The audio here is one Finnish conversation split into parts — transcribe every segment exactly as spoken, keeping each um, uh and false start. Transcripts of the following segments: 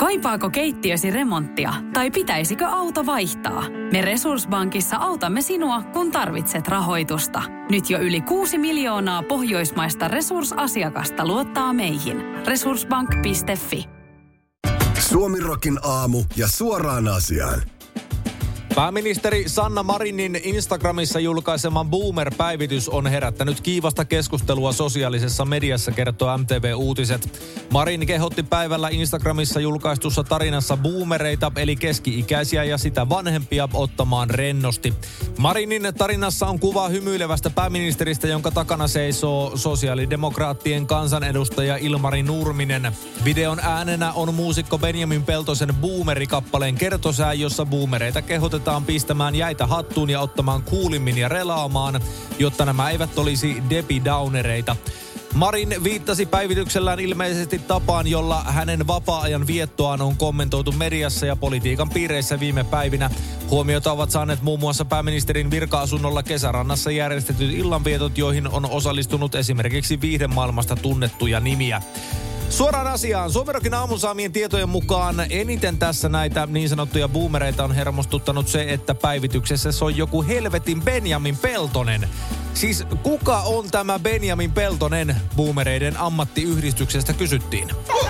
Kaipaako keittiösi remonttia tai pitäisikö auto vaihtaa? Me Resurssbankissa autamme sinua, kun tarvitset rahoitusta. Nyt jo yli kuusi miljoonaa pohjoismaista resursasiakasta luottaa meihin. Resurssbank piste fi. Suomirokin aamu ja suoraan asiaan. Pääministeri Sanna Marinin Instagramissa julkaisema Boomer-päivitys on herättänyt kiivasta keskustelua sosiaalisessa mediassa, kertoo M T V Uutiset. Marin kehotti päivällä Instagramissa julkaistussa tarinassa boomereita, eli keski-ikäisiä ja sitä vanhempia, ottamaan rennosti. Marinin tarinassa on kuva hymyilevästä pääministeristä, jonka takana seisoo sosiaalidemokraattien kansanedustaja Ilmari Nurminen. Videon äänenä on muusikko Benjamin Peltosen Boomeri-kappaleen kertosää, jossa boomereita kehotetaan pistämään jäitä hattuun ja ottamaan kuulimmin ja relaamaan, jotta nämä eivät olisi debidownereita. Marin viittasi päivityksellään ilmeisesti tapaan, jolla hänen vapaa-ajan viettoaan on kommentoitu mediassa ja politiikan piireissä viime päivinä. Huomiota ovat saaneet muun muassa pääministerin virka-asunnolla Kesärannassa järjestetyt illanvietot, joihin on osallistunut esimerkiksi viihdemaailmasta tunnettuja nimiä. Suoraan asiaan. Suomirokin aamun saamien tietojen mukaan eniten tässä näitä niin sanottuja boomereita on hermostuttanut se, että päivityksessä se on joku helvetin Benjamin Peltonen. Siis kuka on tämä Benjamin Peltonen? Boomereiden ammattiyhdistyksestä kysyttiin.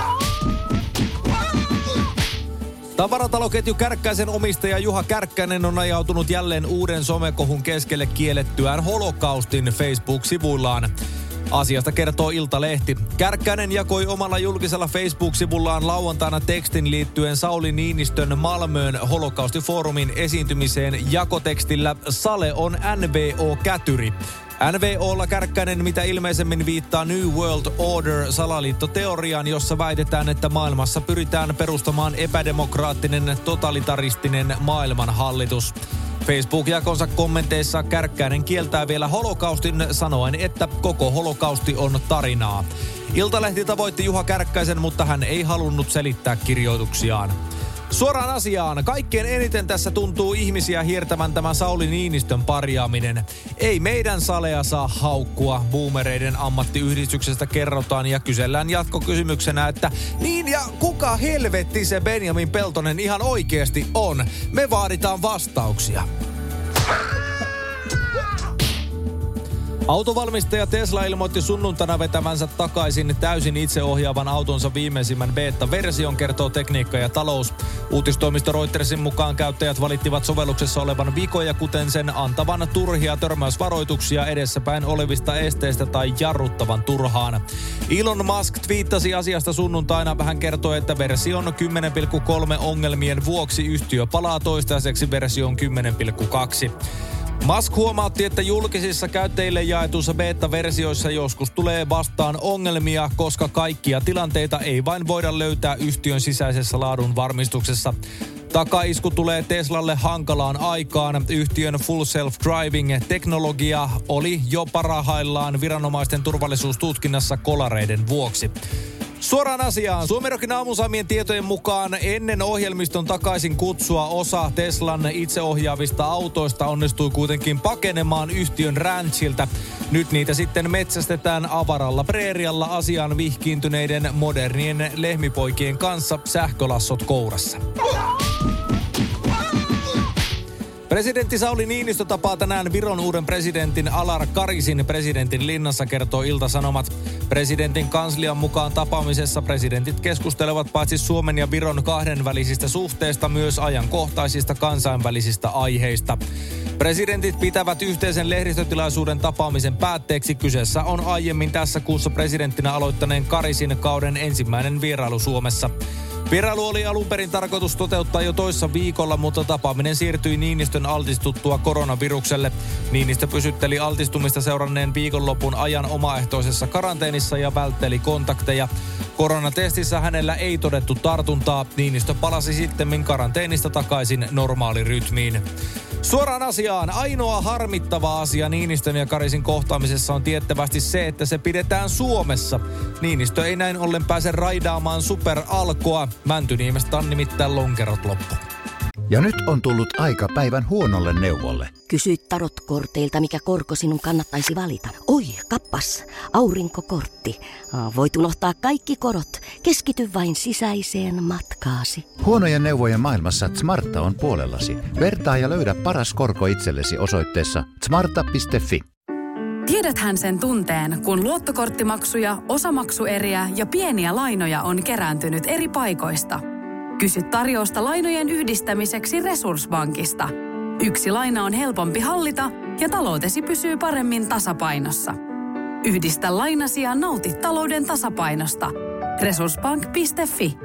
Tavarataloketju Kärkkäisen omistaja Juha Kärkkäinen on ajautunut jälleen uuden somekohun keskelle kiellettyään holokaustin Facebook-sivuillaan. Asiasta kertoo Iltalehti. Kärkkäinen jakoi omalla julkisella Facebook-sivullaan lauantaina tekstin liittyen Sauli Niinistön Malmöön holokaustifoorumin esiintymiseen jakotekstillä Sale on N V O-kätyri. N V O:lla Kärkkäinen mitä ilmeisemmin viittaa New World Order-salaliittoteoriaan, jossa väitetään, että maailmassa pyritään perustamaan epädemokraattinen, totalitaristinen maailmanhallitus. Facebook-jakonsa kommenteissa Kärkkäinen kieltää vielä holokaustin sanoen, että koko holokausti on tarinaa. Iltalehti tavoitti Juha Kärkkäisen, mutta hän ei halunnut selittää kirjoituksiaan. Suoraan asiaan. Kaikkein eniten tässä tuntuu ihmisiä hiertävän tämä Sauli Niinistön parjaaminen. Ei meidän Salea saa haukkua, boomereiden ammattiyhdistyksestä kerrotaan ja kysellään jatkokysymyksenä, että niin ja kuka helvetti se Benjamin Peltonen ihan oikeasti on? Me vaaditaan vastauksia. Autovalmistaja Tesla ilmoitti sunnuntaina vetävänsä takaisin täysin itseohjaavan autonsa viimeisimmän beta-version, kertoo Tekniikka ja talous. Uutistoimisto Reutersin mukaan käyttäjät valittivat sovelluksessa olevan vikoja, kuten sen antavan turhia törmäysvaroituksia edessäpäin olevista esteistä tai jarruttavan turhaan. Elon Musk twiittasi asiasta sunnuntaina. Hän kertoi, että version kymmenen pilkku kolme ongelmien vuoksi yhtiö palaa toistaiseksi versioon kymmenen pilkku kaksi. Musk huomautti, että julkisissa käyttäjille jaetuissa beta-versioissa joskus tulee vastaan ongelmia, koska kaikkia tilanteita ei vain voida löytää yhtiön sisäisessä laadun varmistuksessa. Takaisku tulee Teslalle hankalaan aikaan. Yhtiön Full Self-Driving-teknologia oli jo parhaillaan viranomaisten turvallisuustutkinnassa kolareiden vuoksi. Suoraan asiaan. Suomirokin aamusaamien tietojen mukaan ennen ohjelmiston takaisin kutsua osa Teslan itseohjaavista autoista onnistui kuitenkin pakenemaan yhtiön ranchilta. Nyt niitä sitten metsästetään avaralla preerialla asiaan vihkiintyneiden modernien lehmipoikien kanssa sähkölassot kourassa. Presidentti Sauli Niinistö tapaa tänään Viron uuden presidentin Alar Karisin presidentin linnassa, kertoo Ilta-Sanomat. Presidentin kanslian mukaan tapaamisessa presidentit keskustelevat paitsi Suomen ja Viron kahdenvälisistä suhteista myös ajankohtaisista kansainvälisistä aiheista. Presidentit pitävät yhteisen lehdistötilaisuuden tapaamisen päätteeksi. Kyseessä on aiemmin tässä kuussa presidenttinä aloittaneen Karisin kauden ensimmäinen vierailu Suomessa. Vierailu oli alun perin tarkoitus toteuttaa jo toissa viikolla, mutta tapaaminen siirtyi Niinistön altistuttua koronavirukselle. Niinistö pysytteli altistumista seuranneen viikonlopun ajan omaehtoisessa karanteenissa ja vältteli kontakteja. Koronatestissä hänellä ei todettu tartuntaa. Niinistö palasi sittemmin karanteenista takaisin normaalirytmiin. Suoraan asiaan. Ainoa harmittava asia Niinistön ja Karisin kohtaamisessa on tiettävästi se, että se pidetään Suomessa. Niinistö ei näin ollen pääse raidaamaan superalkoa. Mäntyniemestä on nimittäin lonkerot loppu. Ja nyt on tullut aika päivän huonolle neuvolle. Kysy tarotkorteilta, mikä korko sinun kannattaisi valita. Oi, kappas, aurinkokortti. Voit unohtaa kaikki korot. Keskity vain sisäiseen matkaasi. Huonojen neuvojen maailmassa Smarta on puolellasi. Vertaa ja löydä paras korko itsellesi osoitteessa smarta piste fi. Tiedäthän sen tunteen, kun luottokorttimaksuja, osamaksueriä ja pieniä lainoja on kerääntynyt eri paikoista. Kysy tarjousta lainojen yhdistämiseksi Resurssbankista. Yksi laina on helpompi hallita ja taloutesi pysyy paremmin tasapainossa. Yhdistä lainasi ja nauti talouden tasapainosta. resurssbank piste fi.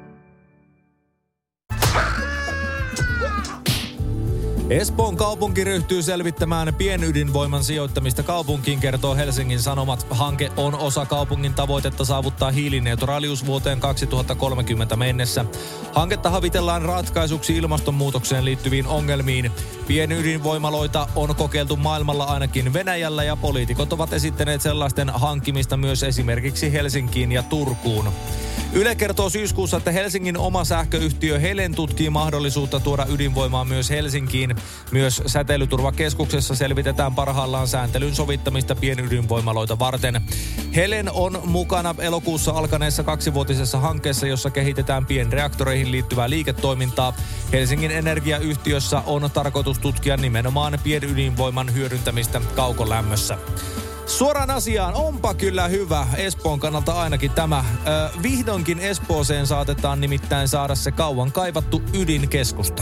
Espoon kaupunki ryhtyy selvittämään pienydinvoiman sijoittamista kaupunkiin, kertoo Helsingin Sanomat. Hanke on osa kaupungin tavoitetta saavuttaa hiilineutraalius vuoteen kaksituhattakolmekymmentä mennessä. Hanketta havitellaan ratkaisuksi ilmastonmuutokseen liittyviin ongelmiin. Pienydinvoimaloita on kokeiltu maailmalla ainakin Venäjällä ja poliitikot ovat esittäneet sellaisten hankkimista myös esimerkiksi Helsinkiin ja Turkuun. Yle kertoo syyskuussa, että Helsingin oma sähköyhtiö Helen tutkii mahdollisuutta tuoda ydinvoimaa myös Helsinkiin. Myös Säteilyturvakeskuksessa selvitetään parhaillaan sääntelyn sovittamista pienydinvoimaloita varten. Helen on mukana elokuussa alkaneessa kaksivuotisessa hankkeessa, jossa kehitetään pienreaktoreihin liittyvää liiketoimintaa. Helsingin energiayhtiössä on tarkoitus tutkia nimenomaan pienydinvoiman hyödyntämistä kaukolämmössä. Suoraan asiaan, onpa kyllä hyvä. Espoon kannalta ainakin tämä. Ö, vihdoinkin Espooseen saatetaan nimittäin saada se kauan kaivattu ydinkeskusta.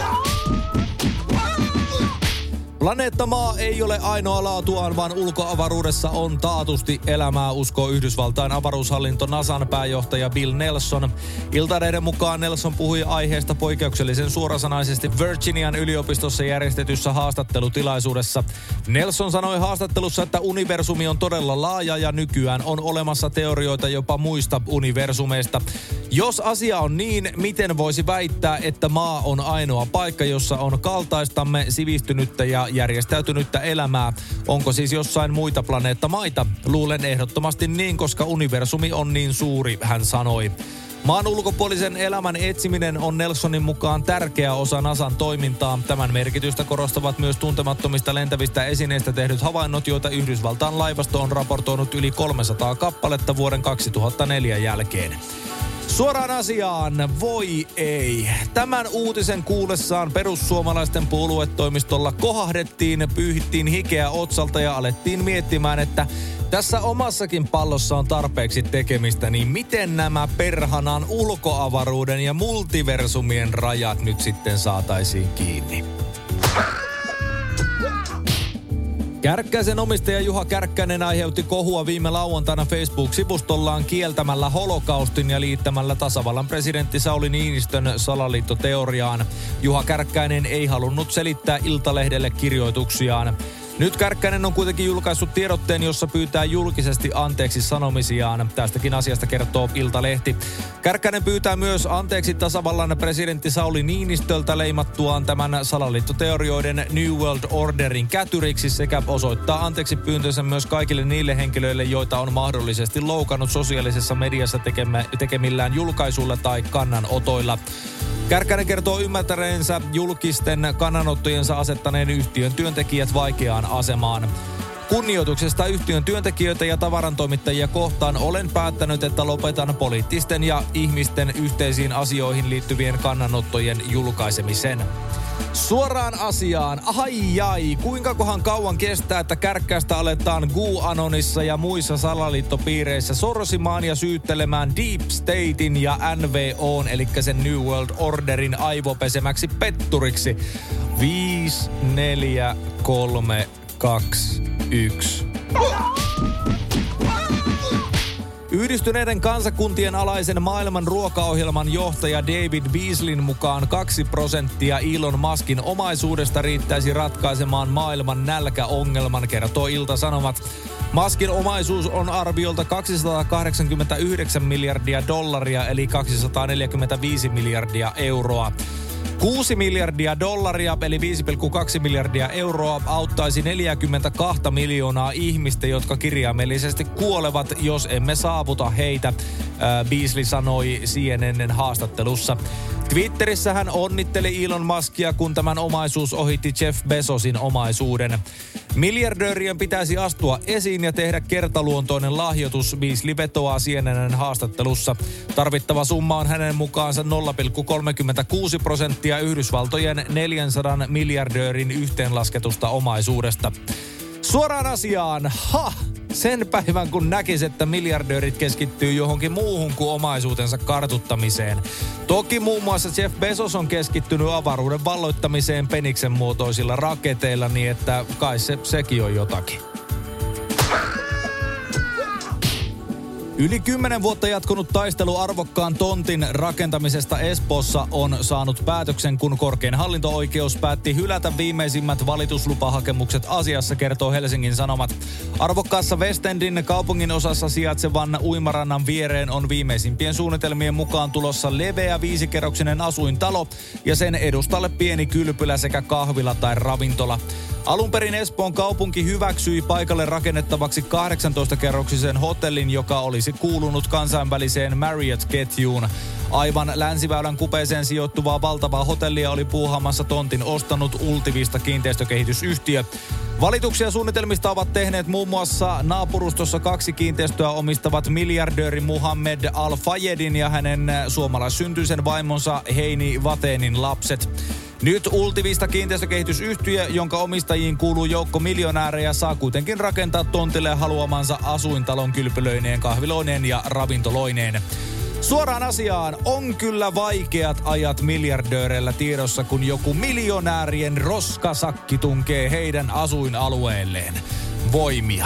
Planeetta Maa ei ole ainoa laatuaan, vaan ulkoavaruudessa on taatusti elämää, uskoo Yhdysvaltain avaruushallinto NASAn pääjohtaja Bill Nelson. Iltalehden mukaan Nelson puhui aiheesta poikkeuksellisen suorasanaisesti Virginian yliopistossa järjestetyssä haastattelutilaisuudessa. Nelson sanoi haastattelussa, että universumi on todella laaja ja nykyään on olemassa teorioita jopa muista universumeista. Jos asia on niin, miten voisi väittää, että Maa on ainoa paikka, jossa on kaltaistamme sivistynyttä ja järjestäytynyttä elämää? Onko siis jossain muita planeettamaita? Luulen ehdottomasti niin, koska universumi on niin suuri, hän sanoi. Maan ulkopuolisen elämän etsiminen on Nelsonin mukaan tärkeä osa NASAn toimintaa. Tämän merkitystä korostavat myös tuntemattomista lentävistä esineistä tehdyt havainnot, joita Yhdysvaltain laivasto on raportoinut yli kolmesataa kappaletta vuoden kaksituhattaneljä jälkeen. Suoraan asiaan, voi ei. Tämän uutisen kuullessaan perussuomalaisten puoluetoimistolla kohahdettiin, pyyhittiin hikeä otsalta ja alettiin miettimään, että tässä omassakin pallossa on tarpeeksi tekemistä, niin miten nämä perhanan ulkoavaruuden ja multiversumien rajat nyt sitten saataisiin kiinni? Kärkkäisen omistaja Juha Kärkkäinen aiheutti kohua viime lauantaina Facebook-sivustollaan kieltämällä holokaustin ja liittämällä tasavallan presidentti Sauli Niinistön salaliittoteoriaan. Juha Kärkkäinen ei halunnut selittää Iltalehdelle kirjoituksiaan. Nyt Kärkkäinen on kuitenkin julkaissut tiedotteen, jossa pyytää julkisesti anteeksi sanomisiaan. Tästäkin asiasta kertoo Iltalehti. Kärkkäinen pyytää myös anteeksi tasavallan presidentti Sauli Niinistöltä leimattuaan tämän salaliittoteorioiden New World Orderin kätyriksi sekä osoittaa anteeksi pyyntönsä myös kaikille niille henkilöille, joita on mahdollisesti loukannut sosiaalisessa mediassa tekemä, tekemillään julkaisuilla tai kannanotoilla. Kärkkäinen kertoo ymmärtäneensä julkisten kannanottojensa asettaneen yhtiön työntekijät vaikeaan asemaan. Kunnioituksesta yhtiön työntekijöitä ja tavarantoimittajia kohtaan olen päättänyt, että lopetan poliittisten ja ihmisten yhteisiin asioihin liittyvien kannanottojen julkaisemisen. Suoraan asiaan. Ai ai, kuinka kohan kauan kestää, että Kärkkäistä aletaan QAnonissa ja muissa salaliittopiireissä sorsimaan ja syyttelemään Deep Statein ja N W O:n, eli sen New World Orderin aivopesemäksi petturiksi. Viisi, neljä, kolme, kaksi, yksi. Yhdistyneiden kansakuntien alaisen maailman ruokaohjelman johtaja David Beasleyn mukaan kaksi prosenttia Elon Muskin omaisuudesta riittäisi ratkaisemaan maailman nälkäongelman, kertoo Ilta-Sanomat. Muskin omaisuus on arviolta kaksisataakahdeksankymmentäyhdeksän miljardia dollaria eli kaksisataaneljäkymmentäviisi miljardia euroa. kuusi miljardia dollaria eli viisi pilkku kaksi miljardia euroa auttaisi neljäkymmentäkaksi miljoonaa ihmistä, jotka kirjaimellisesti kuolevat, jos emme saavuta heitä, Beasley sanoi C N N:n haastattelussa. Twitterissä hän onnitteli Elon Muskia, kun tämän omaisuus ohitti Jeff Bezosin omaisuuden. Miljardöörien pitäisi astua esiin ja tehdä kertaluontoinen lahjoitus, Beasley vetoaa C N N:n haastattelussa. Tarvittava summa on hänen mukaansa nolla pilkku kolmekymmentäkuusi prosenttia Yhdysvaltojen neljänsadan miljardöörin yhteenlasketusta omaisuudesta. Suoraan asiaan, ha! Sen päivän kun näkis, että miljardöörit keskittyy johonkin muuhun kuin omaisuutensa kartuttamiseen. Toki muun muassa Jeff Bezos on keskittynyt avaruuden valloittamiseen peniksen muotoisilla raketeilla, niin että kai se, sekin on jotakin. Yli kymmenen vuotta jatkunut taistelu arvokkaan tontin rakentamisesta Espoossa on saanut päätöksen, kun korkein hallinto-oikeus päätti hylätä viimeisimmät valituslupahakemukset asiassa, kertoo Helsingin Sanomat. Arvokkaassa West Endin kaupungin osassa sijaitsevan uimarannan viereen on viimeisimpien suunnitelmien mukaan tulossa leveä viisikerroksinen asuintalo ja sen edustalle pieni kylpylä sekä kahvila tai ravintola. Alun perin Espoon kaupunki hyväksyi paikalle rakennettavaksi kahdeksantoista-kerroksisen hotellin, joka olisi kuulunut kansainväliseen Marriott-ketjuun. Aivan länsiväylän kupeeseen sijoittuvaa valtavaa hotellia oli puuhaamassa tontin ostanut Ultivista kiinteistökehitysyhtiö. Valituksia suunnitelmista ovat tehneet muun muassa naapurustossa kaksi kiinteistöä omistavat miljardööri Muhammed Al-Fayedin ja hänen suomalaissyntyisen vaimonsa Heini Vatenin lapset. Nyt Ultivista kiinteistökehitysyhtiö, jonka omistajiin kuuluu joukko miljonäärejä, saa kuitenkin rakentaa tontille haluamansa asuintalon kylpylöineen, kahviloineen ja ravintoloineen. Suoraan asiaan, on kyllä vaikeat ajat miljardööreillä tiedossa, kun joku miljonäärien roskasakki tunkee heidän asuinalueelleen. Voimia.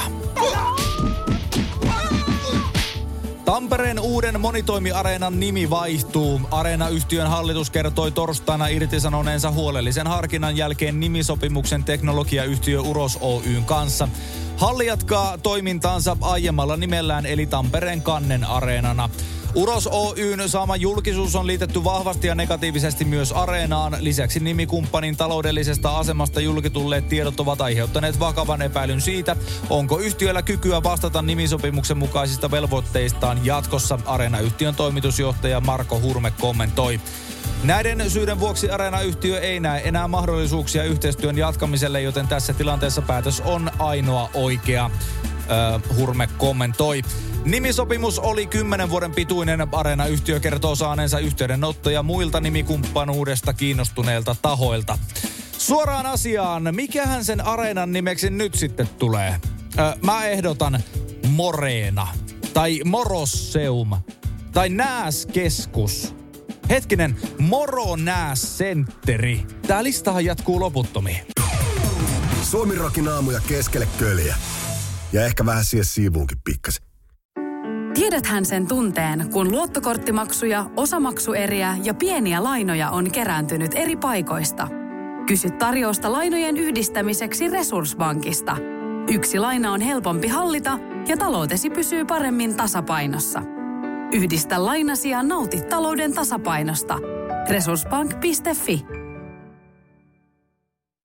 Tampereen uuden monitoimiareenan nimi vaihtuu. Areenayhtiön hallitus kertoi torstaina irtisanoneensa huolellisen harkinnan jälkeen nimisopimuksen teknologiayhtiö Uros Oy:n kanssa. Halli jatkaa toimintaansa aiemmalla nimellään eli Tampereen Kannen Areenana. Uros Oy:n saama julkisuus on liitetty vahvasti ja negatiivisesti myös Areenaan. Lisäksi nimikumppanin taloudellisesta asemasta julkitulleet tiedot ovat aiheuttaneet vakavan epäilyn siitä, onko yhtiöllä kykyä vastata nimisopimuksen mukaisista velvoitteistaan jatkossa, Areena-yhtiön toimitusjohtaja Marko Hurme kommentoi. Näiden syiden vuoksi Areena-yhtiö ei näe enää mahdollisuuksia yhteistyön jatkamiselle, joten tässä tilanteessa päätös on ainoa oikea, Öö, Hurme kommentoi. Nimisopimus oli kymmenen vuoden pituinen. Areena-yhtiö kertoo saaneensa yhteydenottoja muilta nimikumppanuudesta kiinnostuneilta tahoilta. Suoraan asiaan, mikähän sen Areenan nimeksi nyt sitten tulee? Öö, mä ehdotan Moreena, tai Morosseum, tai Nääskeskus. Hetkinen, Moro Nääs Sentteri. Tää listahan jatkuu loputtomiin. Suomirokin aamuja keskelle köljä. Ja ehkä vähän siihen siivuunkin pikkasen. Tiedäthän sen tunteen, kun luottokorttimaksuja, osamaksueriä ja pieniä lainoja on kerääntynyt eri paikoista. Kysy tarjousta lainojen yhdistämiseksi Resurssbankista. Yksi laina on helpompi hallita ja taloutesi pysyy paremmin tasapainossa. Yhdistä lainasi ja nauti talouden tasapainosta. Resurssbank piste fi